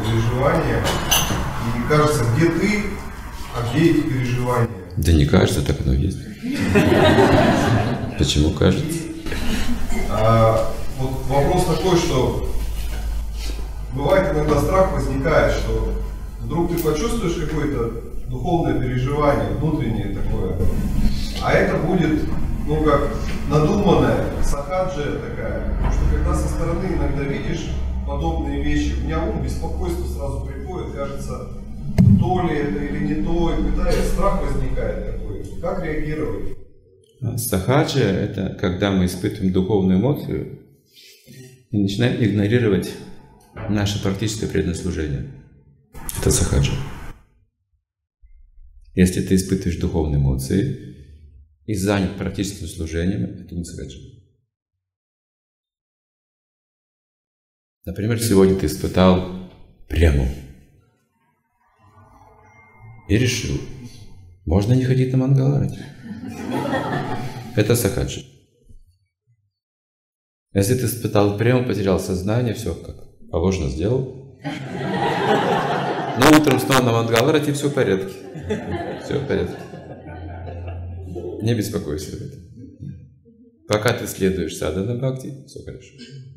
переживания, и кажется, где ты, а где эти переживания. Да не кажется, так оно есть. Почему кажется? Вот вопрос такой, что бывает иногда страх возникает, что вдруг ты почувствуешь какое-то духовное переживание, внутреннее такое, а это будет, ну как, надуманная сахаджа такая, потому что когда со стороны иногда видишь подобные вещи, у меня беспокойство сразу приходит, кажется, то ли это или не то, и пытаясь, страх возникает такой. Как реагировать? Сахаджа — это когда мы испытываем духовную эмоцию и начинаем игнорировать наше практическое преданное служение. Это сахаджа. Если ты испытываешь духовные эмоции и занят практическим служением, это не сахаджа. Например, сегодня ты испытал прему и решил, можно не ходить на Мангаларати. Это сахаджа. Если ты испытал прему, потерял сознание, все как положено сделал. Но утром снова на Мангаларати, все в порядке. Все в порядке. Не беспокойся об этом. Пока ты следуешь садхана бхакти, все хорошо.